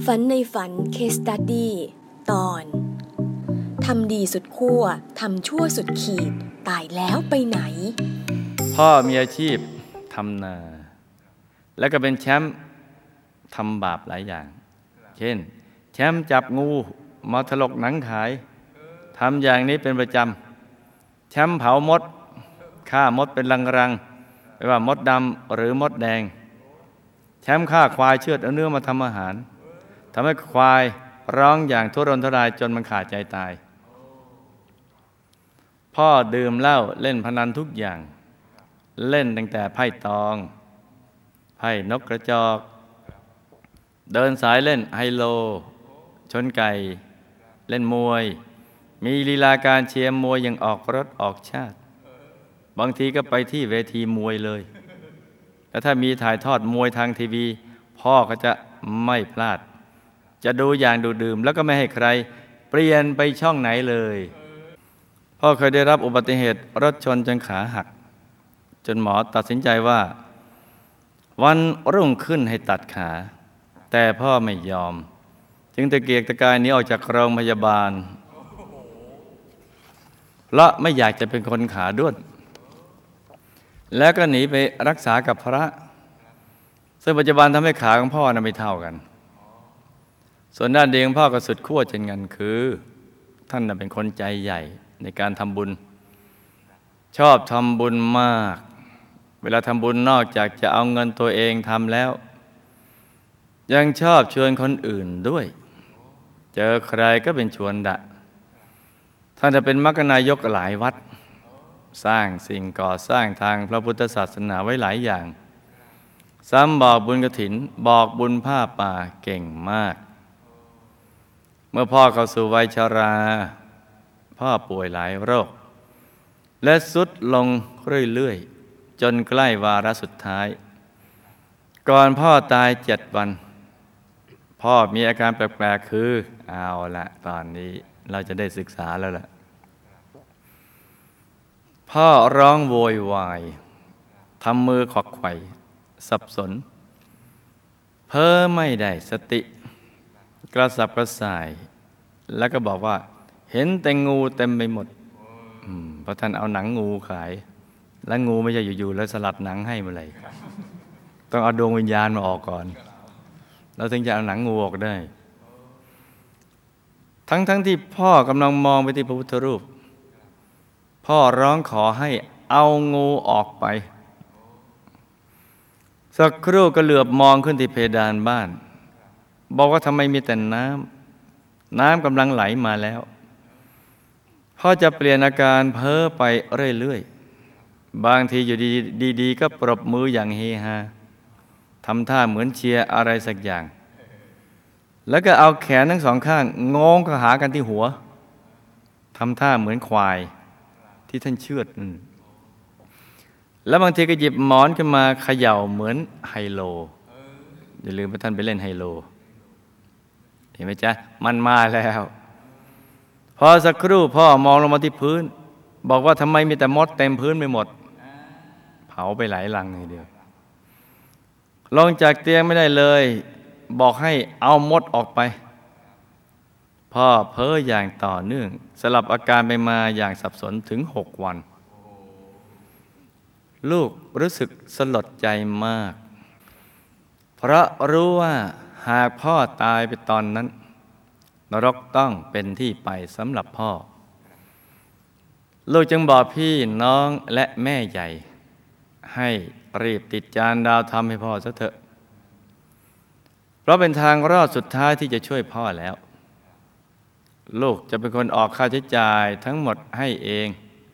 ฝันในฝันเคสสตัดดี้ตอนทำดีสุดขั้วทำชั่วสุดขีดตายแล้วไปไหนพ่อมีอาชีพทำนาแล้วก็เป็นแชมป์ทำบาปหลายอย่างเช่นแชมป์จับงูมาถลกหนังขายทำอย่างนี้เป็นประจำแชมป์เผามดฆ่ามดเป็นรังๆไม่ว่ามดดำหรือมดแดงแชมป์ฆ่าควายเชือดเอาเนื้อมาทำอาหารทำให้ควายร้องอย่างทุรนทุรายจนมันขาดใจตายพ่อดื่มเหล้าเล่นพนันทุกอย่างเล่นตั้งแต่ไพ่ตองไพ่นกกระจอกเดินสายเล่นไฮโลชนไก่เล่นมวยมีลีลาการเชียร์มวยอย่างออกรถออกชาติบางทีก็ไปที่เวทีมวยเลยแล้วถ้ามีถ่ายทอดมวยทางทีวีพ่อก็จะไม่พลาดจะดูอย่างดูดื่มแล้วก็ไม่ให้ใครเปลี่ยนไปช่องไหนเลยพ่อเคยได้รับอุบัติเหตุรถชนจนขาหักจนหมอตัดสินใจว่าวันรุ่งขึ้นให้ตัดขาแต่พ่อไม่ยอมจึงตะเกียกตะกายหนีออกจากโรงพยาบาลและไม่อยากจะเป็นคนขาด้วนแล้วก็หนีไปรักษากับพระซึ่งปัจจุบันทำให้ขาของพ่อไม่เท่ากันส่วนด้านดีของพ่อก็สุดขั้วเช่นกันคือท่านเป็นคนใจใหญ่ในการทำบุญชอบทำบุญมากเวลาทำบุญนอกจากจะเอาเงินตัวเองทำแล้วยังชอบชวนคนอื่นด้วยเจอใครก็เป็นชวนดะท่านจะเป็นมรรคนายกหลายวัดสร้างสิ่งก่อสร้างทางพระพุทธศาสนาไว้หลายอย่างซ้ำบอกบุญกฐินบอกบุญผ้าป่าเก่งมากเมื่อพ่อเข้าสู่วัยชราพ่อป่วยหลายโรคและทรุดลงเรื่อยๆจนใกล้วาระสุดท้ายก่อนพ่อตาย7 วันพ่อมีอาการแปลกๆคือเอาละตอนนี้เราจะได้ศึกษาแล้วล่ะพ่อร้องโวยวายทำมือขวักไขว่สับสนเพ้อไม่ได้สติกระสับกระส่ายแล้วก็บอกว่าเห็นแต่งูเต็มไปหมดเพราะท่านเอาหนังงูขายแล้วงูไม่ใช่อยู่ๆแล้วสลัดหนังให้เมื่อไหร่ต้องเอาดวงวิญญาณมาออกก่อนเราถึงจะเอาหนังงูออกได้ทั้งที่พ่อกำลังมองไปที่พระพุทธรูปพ่อร้องขอให้เอางูออกไปสักครู่ก็เหลือบมองขึ้นที่เพดานบ้านบอกว่าทำไมมีแต่น้ำกำลังไหลมาแล้วพ่อจะเปลี่ยนอาการเพ้อไปเรื่อยๆบางทีอยู่ดีๆก็ปรบมืออย่างเฮฮาทำท่าเหมือนเชียร์อะไรสักอย่างแล้วก็เอาแขนทั้งสองข้างงงเข้าหากันที่หัวทำท่าเหมือนควายที่ท่านเชือดแล้วบางทีก็หยิบหมอนขึ้นมาเขย่าเหมือนไฮโลอย่าลืมว่าท่านไปเล่นไฮโลเห็นไหมจ๊ะมันมาแล้วพอสักครู่พ่อมองลงมาที่พื้นบอกว่าทำไมมีแต่มดเต็มพื้นไปหมดเผาไปหลายรังทีเดียวลงจากเตียงไม่ได้เลยบอกให้เอามดออกไปพ่อเพ้ออย่างต่อเนื่องสลับอาการไปมาอย่างสับสนถึง6 วันลูกรู้สึกสลดใจมากเพราะรู้ว่าหากพ่อตายไปตอนนั้นนรกต้องเป็นที่ไปสำหรับพ่อลูกจึงบอกพี่น้องและแม่ใหญ่ให้รีบติดจานดาวทำให้พ่อซะเถอะเพราะเป็นทางรอดสุดท้ายที่จะช่วยพ่อแล้วลูกจะเป็นคนออกค่าใช้จ่ายทั้งหมดให้เอง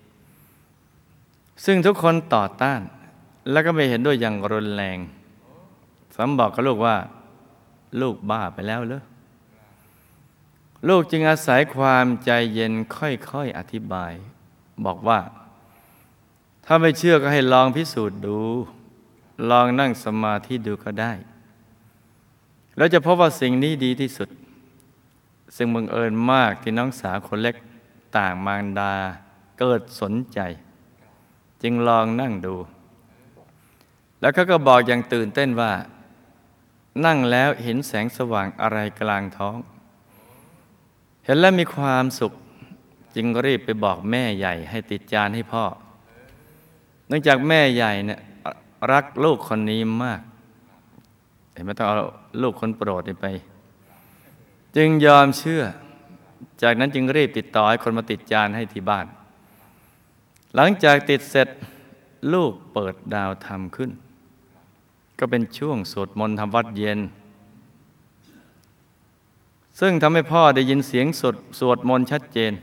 ซึ่งทุกคนต่อต้านและก็ไม่เห็นด้วยอย่างรุนแรงซ้ำบอกกับลูกว่าลูกบ้าไปแล้วเหรอลูกจึงอาศัยความใจเย็นค่อยๆอธิบายบอกว่าถ้าไม่เชื่อก็ให้ลองพิสูจน์ดูลองนั่งสมาธิดูก็ได้แล้วจะพบว่าสิ่งนี้ดีที่สุดซึ่งบังเอิญมากที่น้องสาวคนเล็กต่างมารดาเกิดสนใจจึงลองนั่งดูแล้วเขาก็บอกอย่างตื่นเต้นว่านั่งแล้วเห็นแสงสว่างอะไรกลางท้อง เห็นแล้วมีความสุขจึงรีบไปบอกแม่ใหญ่ให้ติดจานให้พ่อเนื่องจากแม่ใหญ่เนี่ยรักลูกคนนี้มากเห็นไหมต้องเอาลูกคนโปรดไปจึงยอมเชื่อจากนั้นจึงรีบติดต่อให้คนมาติดจานให้ที่บ้านหลังจากติดเสร็จลูกเปิดดาวธรรมขึ้นก็เป็นช่วงสวดมนต์ทำวัดเย็นซึ่งทำให้พ่อได้ยินเสียงสวดมนต์ชัดเจน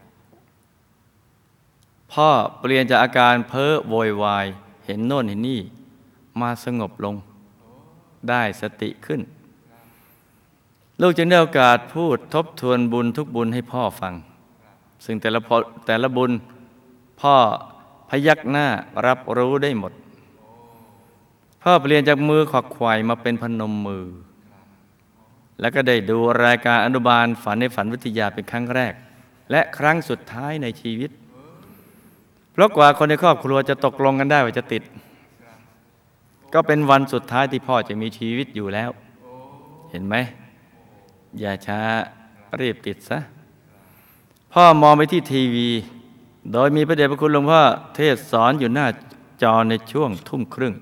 พ่อเปลี่ยนจากอาการเพ้อโวยวายเห็นโน่นเห็นนี่มาสงบลงได้สติขึ้นลูกจึงได้โอกาสพูดทบทวนบุญทุกบุญให้พ่อฟังซึ่งแต่ละบุญพ่อพยักหน้ารับรู้ได้หมดพ่อเปลี่ยนจากมือขวักไขว่มาเป็นพนมมือแล้วก็ได้ดูรายการอนุบาลฝันในฝันวิทยาเป็นครั้งแรกและครั้งสุดท้ายในชีวิตเพราะกว่าคนในครอบครัวจะตกลงกันได้ว่าจะติดก็เป็นวันสุดท้ายที่พ่อจะมีชีวิตอยู่แล้วเห็นไหมอย่าช้ารีบติดซะพ่อมองไปที่ทีวีโดยมีพระเดชพระคุณหลวงพ่อเทศสอนอยู่หน้าจอในช่วงทุ่มครึ่ง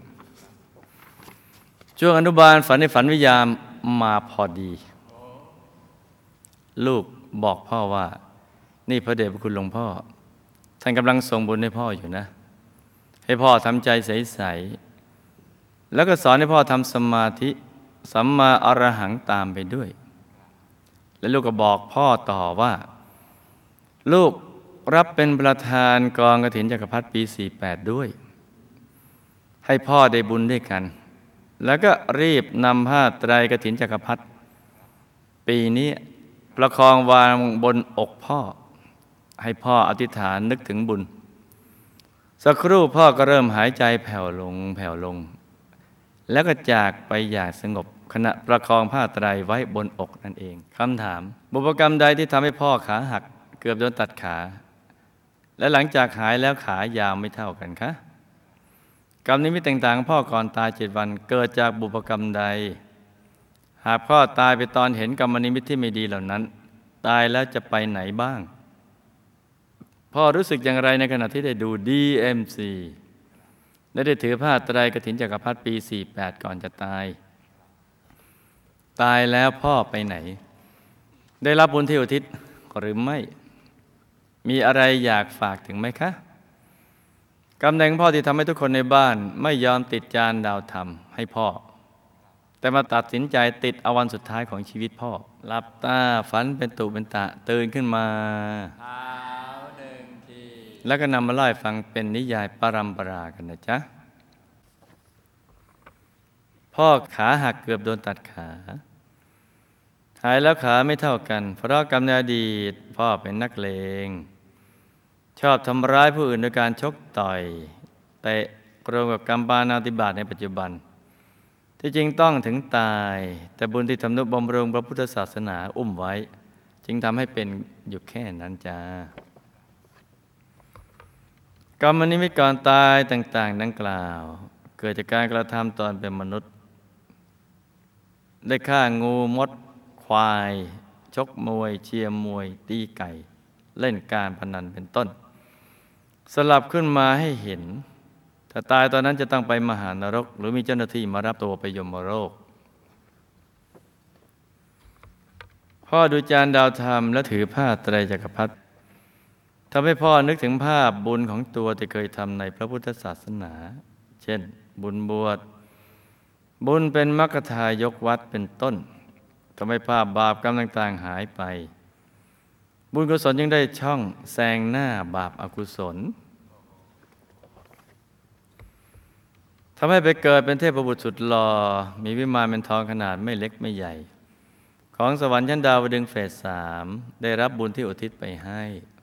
ช่วงอนุบาลฝันในฝันวิทยามาพอดีลูกบอกพ่อว่านี่พระเดชพระคุณหลวงพ่อท่านกำลังส่งบุญให้พ่ออยู่นะให้พ่อทำใจใสๆแล้วก็สอนให้พ่อทำสมาธิสัมมาอรหังตามไปด้วยและลูกก็บอกพ่อต่อว่าลูกรับเป็นประธานกองกฐินจักรพรรดิปี 48 ด้วยให้พ่อได้บุญด้วยกันแล้วก็รีบนำผ้าไตรกฐินจักรพรรดิปีนี้ประคองวางบนอกพ่อให้พ่ออธิษฐานนึกถึงบุญสักครู่พ่อก็เริ่มหายใจแผ่วลงแล้วก็จากไปอย่างสงบขณะประคองผ้าไตรไว้บนอกนั่นเองคำถามบุพกรรมใดที่ทำให้พ่อขาหักเกือบโดนตัดขาและหลังจากหายแล้วขายาวไม่เท่ากันคะกรรมนิมิตต่างๆพ่อก่อนตาย7 วันเกิดจากบุพกรรมใดหากพ่อตายไปตอนเห็นกรรมนิมิตที่ไม่ดีเหล่านั้นตายแล้วจะไปไหนบ้างพ่อรู้สึกอย่างไรในขณะที่ได้ดู DMC และได้ถือผ้าไตรกฐินจักรพรรดิปี 48 ก่อนจะตายแล้วพ่อไปไหนได้รับบุญที่อุทิศหรือไม่มีอะไรอยากฝากถึงไหมคะกรรมใดของพ่อที่ทำให้ทุกคนในบ้านไม่ยอมติดจานดาวธรรมให้พ่อแต่มาตัดสินใจติดเอาวันสุดท้ายของชีวิตพ่อหลับตาฝันเป็นตุเป็นตะตื่นขึ้นมา1 ทีแล้วก็นำมาเล่าให้ฟังเป็นนิยายปรัมปรากันนะจ๊ะพ่อขาหักเกือบโดนตัดขาหายแล้วขาไม่เท่ากันเพราะกรรมในอดีตพ่อเป็นนักเลงชอบทำร้ายผู้อื่นโดยการชกต่อยเตะรวมกับกรรมปาณาติบาตในปัจจุบันที่จริงต้องถึงตายแต่บุญที่ทำนุบำรุงพระพุทธศาสนาอุ้มไว้จึงทำให้เป็นอยู่แค่นั้นจ้ากรรมนิมิตก่อนตายต่างๆดังกล่าวเกิดจากการกระทำตอนเป็นมนุษย์ได้ฆ่างูมดควายชกมวยเชียร์มวยตีไก่เล่นการพนันเป็นต้นสลับขึ้นมาให้เห็นถ้าตายตอนนั้นจะต้องไปมหานรกหรือมีเจ้าหน้าที่มารับตัวไปยมโลกพ่อดูจานดาวธรรมและถือผ้าไตรจักรพรรดิทำให้พ่อนึกถึงภาพบุญของตัวที่เคยทำในพระพุทธศาสนาเช่นบุญบวชบุญเป็นมรรคทายกวัดเป็นต้นทำให้ภาพบาปกรรมต่างๆหายไปบุญกุศลยังได้ช่องแซงหน้าบาปอกุศลทำให้ไปเกิดเป็นเทพบุตรสุดหล่อมีวิมานเป็นทองขนาดไม่เล็กไม่ใหญ่ของสวรรค์ชั้นดาวดึงส์เฟส 3ได้รับบุญที่อุทิศไปให้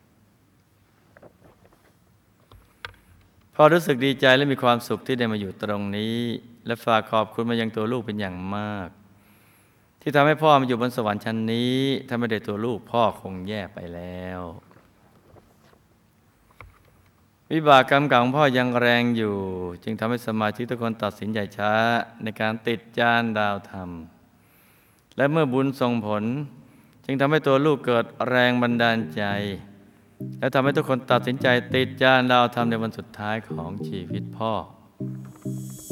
พ่อรู้สึกดีใจและมีความสุขที่ได้มาอยู่ตรงนี้และฝากขอบคุณมายังตัวลูกเป็นอย่างมากที่ทำให้พ่อมาอยู่บนสวรรค์ชั้นนี้ถ้าไม่ได้ตัวลูกพ่อคงแย่ไปแล้วววิบากกรรมเก่าของพ่อยังแรงอยู่จึงทำให้สมาชิกทุกคนตัดสินใจช้าในการติดจานดาวธรรมและเมื่อบุญส่งผลจึงทำให้ตัวลูกเกิดแรงบันดาลใจและทำให้ทุกคนตัดสินใจติดจานดาวธรรมในวันสุดท้ายของชีวิตพ่อ